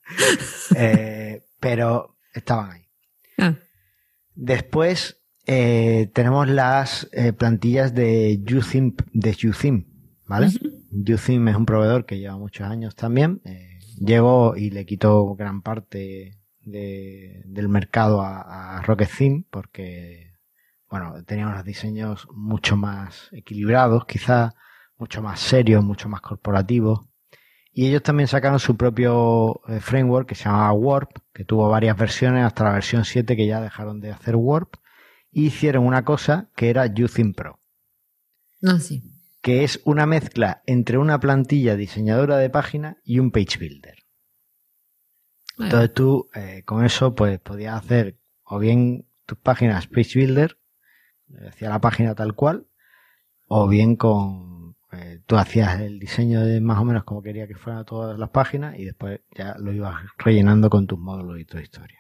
eh, pero estaban ahí. Ah. Después... Eh, tenemos las eh, plantillas de UTheme, de UTheme, ¿vale? Uh-huh. UTheme es un proveedor que lleva muchos años también. Eh, llegó y le quitó gran parte de, del mercado a, a Rocket Theme porque, bueno, tenía unos diseños mucho más equilibrados, quizás mucho más serios, mucho más corporativos. Y ellos también sacaron su propio eh, framework que se llamaba Warp, que tuvo varias versiones hasta la versión siete que ya dejaron de hacer Warp. Y hicieron una cosa que era UTheme Pro. Ah, sí. Que es una mezcla entre una plantilla diseñadora de página y un page builder. Bueno. Entonces tú eh, con eso pues podías hacer o bien tus páginas page builder, hacía la página tal cual, o bien con eh, tú hacías el diseño de más o menos como quería que fueran todas las páginas y después ya lo ibas rellenando con tus módulos y tu historia.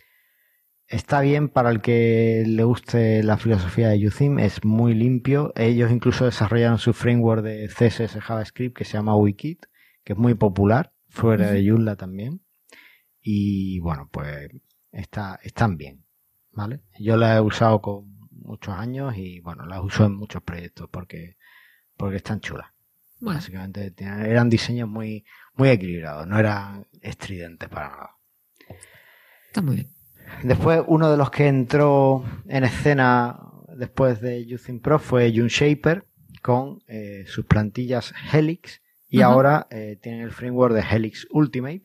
Está bien para el que le guste la filosofía de UTheme, es muy limpio. Ellos incluso desarrollaron su framework de C S S JavaScript que se llama Wikit, que es muy popular, fuera de Joomla también. Y bueno, pues está, están bien, ¿vale? Yo la he usado con muchos años y bueno, la uso en muchos proyectos porque, porque están chulas. Bueno. Básicamente eran diseños muy, muy equilibrados, no eran estridentes para nada. Está muy bien. Después, uno de los que entró en escena después de UTheme Pro fue Juneshaper con eh, sus plantillas Helix y uh-huh. ahora eh, tienen el framework de Helix Ultimate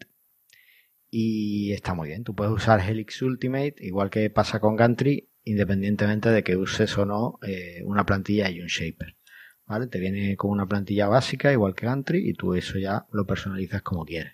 y está muy bien. Tú puedes usar Helix Ultimate igual que pasa con Gantry independientemente de que uses o no eh, una plantilla de Juneshaper, ¿vale? Te viene con una plantilla básica igual que Gantry y tú eso ya lo personalizas como quieres.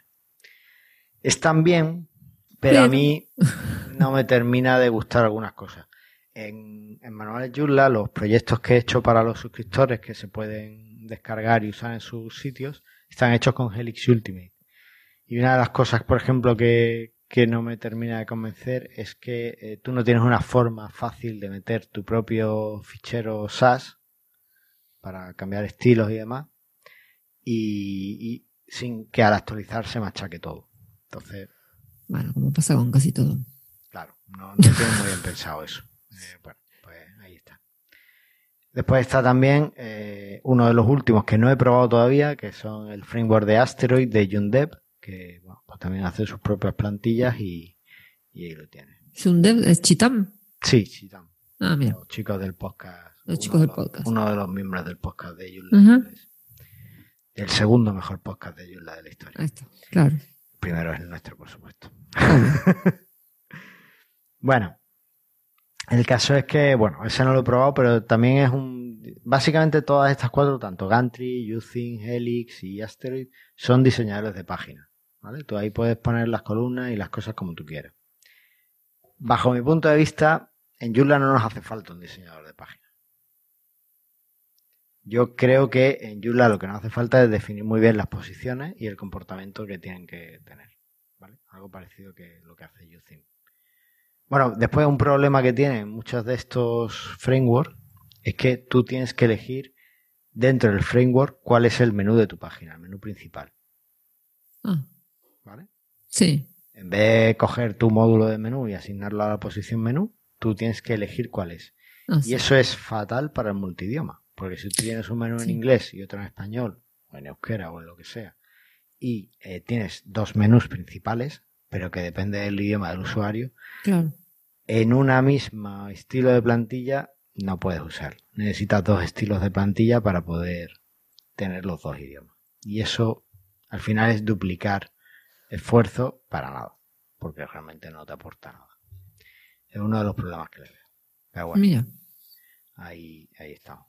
Están bien, pero a mí no me termina de gustar algunas cosas. En, en Manuales Joomla, los proyectos que he hecho para los suscriptores que se pueden descargar y usar en sus sitios, están hechos con Helix Ultimate. Y una de las cosas, por ejemplo, que, que no me termina de convencer es que eh, tú no tienes una forma fácil de meter tu propio fichero S A S para cambiar estilos y demás, y, y sin que al actualizar se machaque todo. Entonces... Bueno, como pasa con casi todo. Claro, no, no tiene muy bien pensado eso. Eh, bueno, pues ahí está. Después está también eh, uno de los últimos que no he probado todavía, que son el framework de Asteroid de Joomdev, que bueno, pues también hace sus propias plantillas y, y ahí lo tienes. ¿Joomdev es Chitam? Sí, Chitam. Ah, mira. Los chicos del podcast. Los chicos del de los, podcast. Uno de los miembros del podcast de Joomla. Uh-huh. El segundo mejor podcast de Joomla de la historia. Ahí está, claro. Primero es el nuestro, por supuesto. Bueno, el caso es que, bueno, ese no lo he probado, pero también es un... Básicamente todas estas cuatro, tanto Gantry, Using, Helix y Asteroid, son diseñadores de páginas, ¿vale? Tú ahí puedes poner las columnas y las cosas como tú quieras. Bajo mi punto de vista, en Joomla no nos hace falta un diseñador de páginas. Yo creo que en Joomla lo que nos hace falta es definir muy bien las posiciones y el comportamiento que tienen que tener, ¿vale? Algo parecido que lo que hace Using. Bueno, después un problema que tienen muchos de estos frameworks es que tú tienes que elegir dentro del framework cuál es el menú de tu página, el menú principal. Ah. ¿Vale? Sí. En vez de coger tu módulo de menú y asignarlo a la posición menú, tú tienes que elegir cuál es. Ah, y sí. eso es fatal para el multidioma, porque si tú tienes un menú en Sí. inglés y otro en español, o en euskera o en lo que sea, y eh, tienes dos menús principales, pero que depende del idioma del usuario, Claro. en una misma estilo de plantilla no puedes usar. Necesitas dos estilos de plantilla para poder tener los dos idiomas. Y eso al final es duplicar esfuerzo para nada, porque realmente no te aporta nada. Es uno de los problemas que le veo. Pero bueno, Mira. ahí, ahí estamos.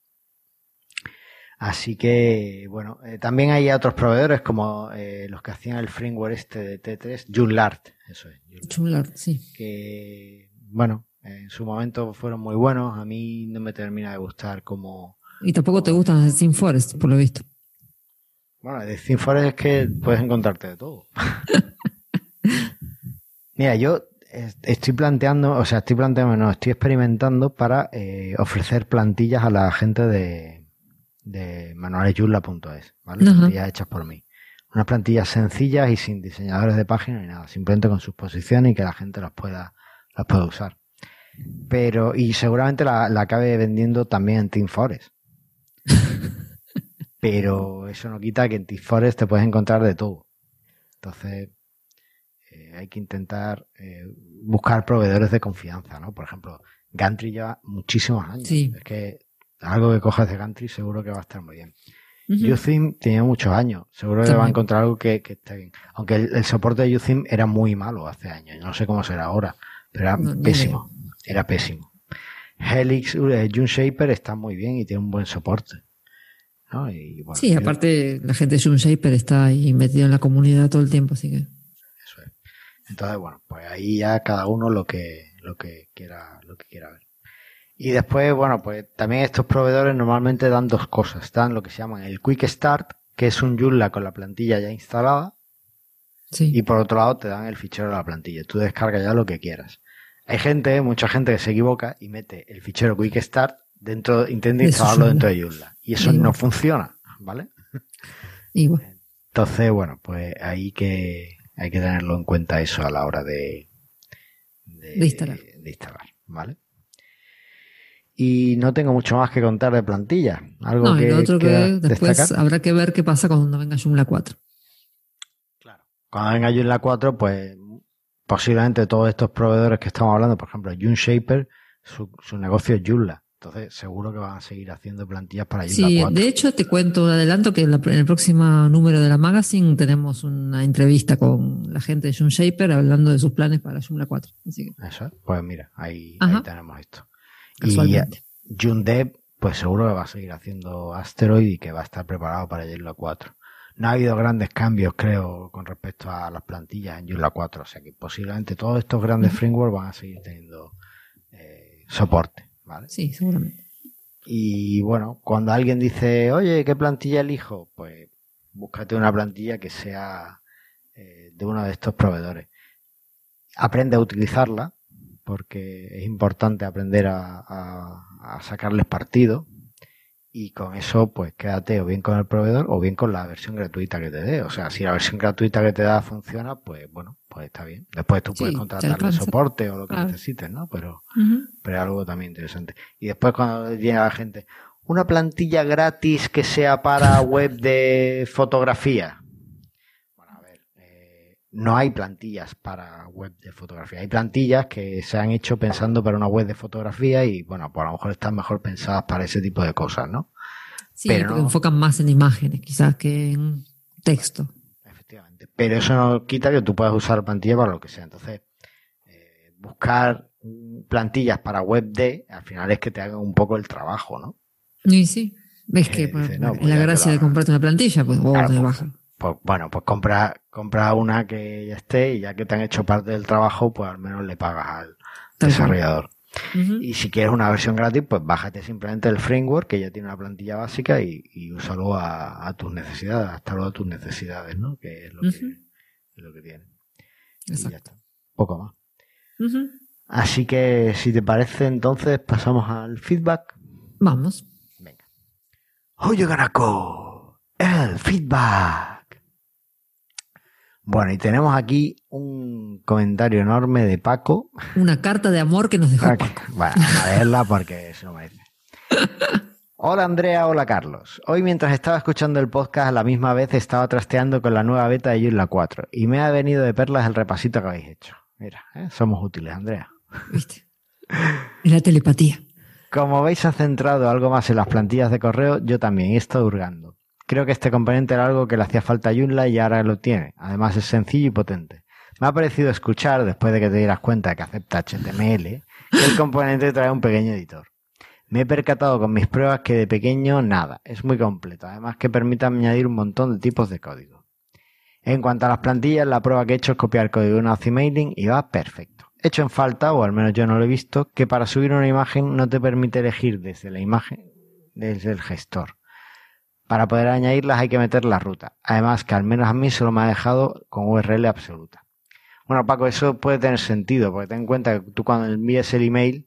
Así que, bueno, eh, también hay otros proveedores como eh, los que hacían el framework este de T tres, Joomla, eso es, Joomla, Joomla, sí. que, bueno, en su momento fueron muy buenos. A mí no me termina de gustar como... Y tampoco te gustan las de ThemeForest, por lo visto. Bueno, de ThemeForest es que puedes encontrarte de todo. Mira, yo estoy planteando, o sea, estoy planteando, no, estoy experimentando para eh, ofrecer plantillas a la gente de, de manuales joomla punto es, ¿vale? Ajá. Plantillas hechas por mí. Unas plantillas sencillas y sin diseñadores de páginas ni nada, simplemente con sus posiciones y que la gente las pueda, las pueda usar. Pero, y seguramente la, la acabe vendiendo también en ThemeForest. Pero eso no quita que en ThemeForest te puedes encontrar de todo. Entonces, eh, hay que intentar eh, buscar proveedores de confianza, ¿no? Por ejemplo, Gantry lleva muchísimos años. Sí. Es que algo que cojas de Gantry seguro que va a estar muy bien. Uh-huh. Uthim tenía muchos años. Seguro que También. va a encontrar algo que, que esté bien. Aunque el, el soporte de Uthim era muy malo hace años. No sé cómo será ahora, pero era No, ni pésimo. Era pésimo. Helix, eh, Juneshaper está muy bien y tiene un buen soporte, ¿no? Y, bueno, Sí, yo- aparte la gente de Joomshaper está ahí metida en la comunidad todo el tiempo, así que... Eso es. Entonces, bueno, pues ahí ya cada uno lo que, lo que quiera, lo que quiera ver. Y después, bueno, pues también estos proveedores normalmente dan dos cosas. Dan lo que se llaman el Quick Start, que es un Joomla con la plantilla ya instalada, Sí. y por otro lado te dan el fichero de la plantilla. Tú descargas ya lo que quieras. Hay gente, mucha gente que se equivoca y mete el fichero Quick Start dentro, intenta De instalarlo Joomla. dentro de Joomla. Y eso Igual. no funciona, ¿vale? Igual. Entonces, bueno, pues ahí que hay que tenerlo en cuenta eso a la hora de, de, De instalar. de instalar, ¿vale? Y no tengo mucho más que contar de plantilla. Algo No, que y lo otro que quiera después destacar. habrá que ver qué pasa cuando venga Joomla cuatro. Claro. Cuando venga Joomla cuatro, pues posiblemente todos estos proveedores que estamos hablando, por ejemplo, Juneshaper, su, su negocio es Joomla. Entonces, seguro que van a seguir haciendo plantillas para Joomla Sí, cuatro. de hecho te cuento un adelanto que en, la- en el próximo número de la magazine tenemos una entrevista con la gente de Joomshaper hablando de sus planes para Joomla cuatro. Así que, Eso es. Pues mira, ahí, Ajá. ahí tenemos esto. Y casualmente. Joomdev, pues seguro que va a seguir haciendo Asteroid y que va a estar preparado para Joomla cuatro. No ha habido grandes cambios, creo, con respecto a las plantillas en Joomla cuatro. O sea que posiblemente todos estos grandes Ujú. frameworks van a seguir teniendo eh, soporte, ¿vale? Sí, seguramente. Y bueno, cuando alguien dice, oye, ¿qué plantilla elijo? Pues búscate una plantilla que sea eh, de uno de estos proveedores. Aprende a utilizarla, porque es importante aprender a, a, a sacarles partido. Y con eso, pues quédate o bien con el proveedor o bien con la versión gratuita que te dé. O sea, si la versión gratuita que te da funciona, pues bueno, pues está bien. Después tú Sí, puedes te contratarle alcanza. soporte o lo que Claro. necesites, ¿no? Pero Ujú. pero es algo también interesante. Y después cuando llega la gente, una plantilla gratis que sea para web de fotografía. Bueno, a ver, eh, no hay plantillas para web de fotografía. Hay plantillas que se han hecho pensando para una web de fotografía y, bueno, pues a lo mejor están mejor pensadas para ese tipo de cosas, ¿no? Sí, pero porque no, enfocan más en imágenes quizás que en texto. Efectivamente. Pero eso no quita que tú puedas usar plantilla para lo que sea. Entonces, eh, buscar plantillas para web de, al final es que te hagan un poco el trabajo, ¿no? Y sí, ves que Eh, pues, dice, no, pues es la ya te gracia lo de hagan. comprarte una plantilla, pues vos Claro, te pues, bajas. Pues bueno, pues compra, compra una que ya esté y ya que te han hecho parte del trabajo, pues al menos le pagas al Tal desarrollador. Ujú. Y si quieres una versión gratis, pues bájate simplemente el framework que ya tiene una plantilla básica y, y úsalo a, a tus necesidades, adaptarlo a tus necesidades, ¿no? Que es lo, Ujú. que, es lo que tiene. Y Exacto. ya está. Poco más. Ujú. Así que, si te parece, entonces pasamos al feedback. Vamos. Venga. Oye, Ganaco, el feedback. Bueno, y tenemos aquí un comentario enorme de Paco. Una carta de amor que nos dejó Aquí. Paco. Bueno, a leerla porque se lo merece. Hola Andrea, hola Carlos. Hoy mientras estaba escuchando el podcast a la misma vez estaba trasteando con la nueva beta de Joomla cuatro y me ha venido de perlas el repasito que habéis hecho. Mira, ¿eh? Somos útiles, Andrea. ¿Viste? Es la telepatía. Como veis ha centrado algo más en las plantillas de correo, yo también he estado hurgando. Creo que este componente era algo que le hacía falta a Joomla y ahora lo tiene. Además es sencillo y potente. Me ha parecido escuchar, después de que te dieras cuenta de que acepta H T M L, que el componente trae un pequeño editor. Me he percatado con mis pruebas que de pequeño nada, es muy completo, además que permite añadir un montón de tipos de código. En cuanto a las plantillas, la prueba que he hecho es copiar código de una emailing y va perfecto. He hecho en falta, o al menos yo no lo he visto, que para subir una imagen no te permite elegir desde la imagen, desde el gestor. Para poder añadirlas hay que meter la ruta. Además que al menos a mí solo me ha dejado con U R L absoluta. Bueno, Paco, eso puede tener sentido, porque ten en cuenta que tú cuando envíes el email,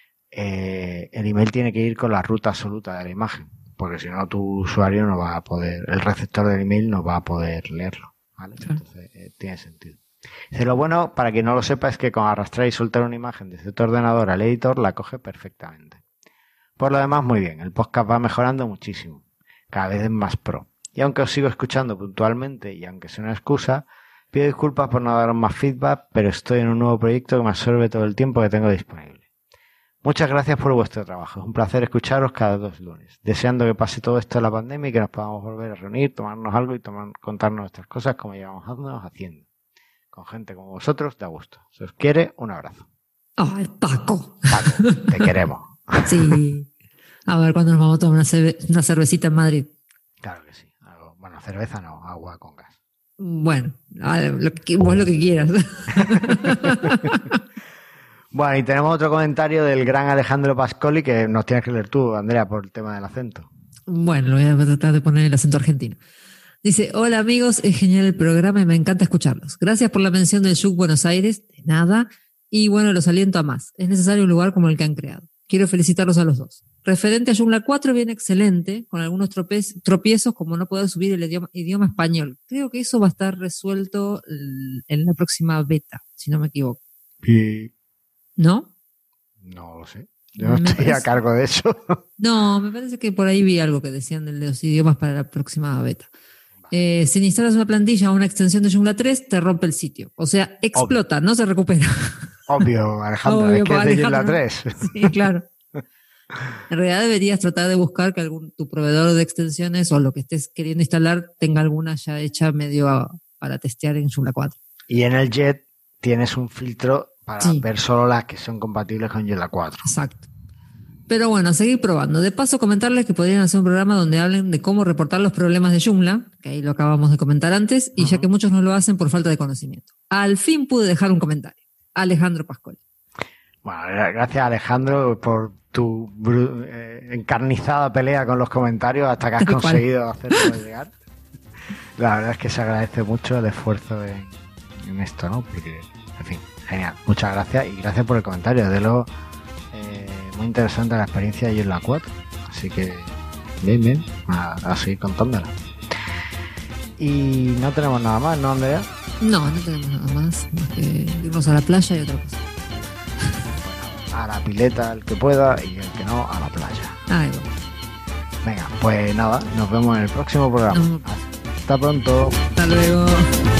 eh, el email tiene que ir con la ruta absoluta de la imagen, porque si no tu usuario no va a poder, el receptor del email no va a poder leerlo, ¿vale? Claro. Entonces eh, tiene sentido. Dice, lo bueno, para quien no lo sepa, es que con arrastrar y soltar una imagen desde tu ordenador al editor la coge perfectamente. Por lo demás, muy bien, el podcast va mejorando muchísimo. Cada vez es más pro. Y aunque os sigo escuchando puntualmente y aunque sea una excusa, pido disculpas por no daros más feedback, pero estoy en un nuevo proyecto que me absorbe todo el tiempo que tengo disponible. Muchas gracias por vuestro trabajo. Es un placer escucharos cada dos lunes. Deseando que pase todo esto de la pandemia y que nos podamos volver a reunir, tomarnos algo y tomar, contarnos nuestras cosas como llevamos haciendo. Con gente como vosotros, da gusto. Si os quiere, un abrazo. ¡Ay, Paco! Paco, te queremos. Sí. A ver cuándo nos vamos a tomar una, cerve- una cervecita en Madrid. Claro que sí. Algo, bueno, cerveza no, agua con gas. Bueno, a ver, lo que, vos lo que quieras. Bueno, y tenemos otro comentario del gran Alejandro Pascoli que nos tienes que leer tú, Andrea, por el tema del acento. Bueno, lo voy a tratar de poner el acento argentino. Dice, hola amigos, es genial el programa y me encanta escucharlos. Gracias por la mención del J U C Buenos Aires, de nada, y bueno, los aliento a más. Es necesario un lugar como el que han creado. Quiero felicitarlos a los dos. Referente a Joomla cuatro viene excelente, con algunos tropez- tropiezos como no poder subir el idioma, idioma español. Creo que eso va a estar resuelto l- en la próxima beta, si no me equivoco. Y ¿No? no lo sé. Yo no Me estoy parece- a cargo de eso. No, me parece que por ahí vi algo que decían de los idiomas para la próxima beta. Eh, si instalas una plantilla o una extensión de Joomla tres, te rompe el sitio. O sea, explota, no se recupera. Obvio, Alejandro, Obvio, es que es para de Joomla Alejandro. tres. Sí, claro. En realidad deberías tratar de buscar que algún tu proveedor de extensiones o lo que estés queriendo instalar tenga alguna ya hecha medio a- para testear en Joomla cuatro. Y en el Jet tienes un filtro para Sí. ver solo las que son compatibles con Joomla cuatro. Exacto. Pero bueno, a seguir probando. De paso, comentarles que podrían hacer un programa donde hablen de cómo reportar los problemas de Joomla, que ahí lo acabamos de comentar antes, y ya que muchos no lo hacen por falta de conocimiento. Al fin pude dejar un comentario. Alejandro Pascoli. Bueno, gracias Alejandro por tu bru- eh, encarnizada pelea con los comentarios hasta que has Tal cual. conseguido hacerlo llegar. La verdad es que se agradece mucho el esfuerzo en, en esto, ¿no? Porque, en fin, genial. Muchas gracias y gracias por el comentario. De lo eh, muy interesante la experiencia de Joomla cuatro. Así que, bien, bien, a, a seguir contándola. Y no tenemos nada más, ¿no, Andrea? No, no tenemos nada más, más que irnos a la playa y otra cosa. A la pileta el que pueda y el que no, a la playa. Ahí va. Venga, pues nada, nos vemos en el próximo programa. Nos vemos. Hasta pronto. Hasta luego.